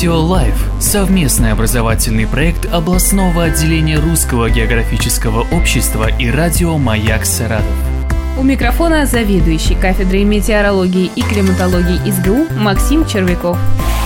Метео Лайф – совместный образовательный проект областного отделения Русского географического общества и радио «Маяк Саратов». У микрофона заведующий кафедрой метеорологии и климатологии СГУ Максим Червяков.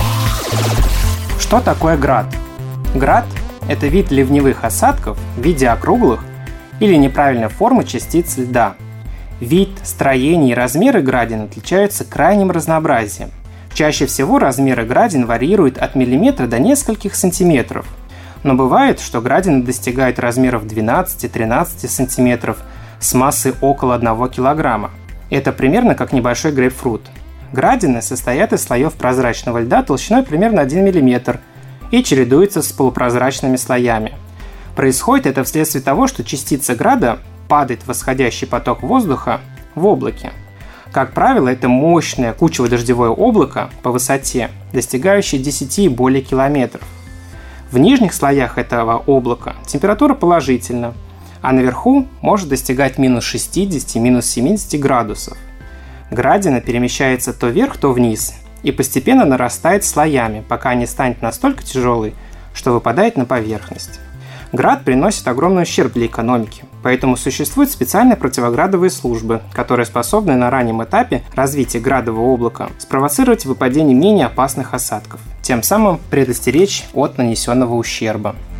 Что такое град? Град – это вид ливневых осадков в виде округлых или неправильной формы частиц льда. Вид, строение и размеры градин отличаются крайним разнообразием. Чаще всего размеры градин варьируют от миллиметра до нескольких сантиметров. Но бывает, что градины достигают размеров 12-13 сантиметров с массой около 1 килограмма. Это примерно как небольшой грейпфрут. Градины состоят из слоев прозрачного льда толщиной примерно 1 мм и чередуются с полупрозрачными слоями. Происходит это вследствие того, что частица града падает в восходящий поток воздуха в облаке. Как правило, это мощное кучево-дождевое облако по высоте, достигающее 10 и более километров. В нижних слоях этого облака температура положительна, а наверху может достигать минус 60, минус 70 градусов. Градина перемещается то вверх, то вниз и постепенно нарастает слоями, пока не станет настолько тяжелой, что выпадает на поверхность. Град приносит огромный ущерб для экономики, поэтому существуют специальные противоградовые службы, которые способны на раннем этапе развития градового облака спровоцировать выпадение менее опасных осадков, тем самым предостеречь от нанесенного ущерба.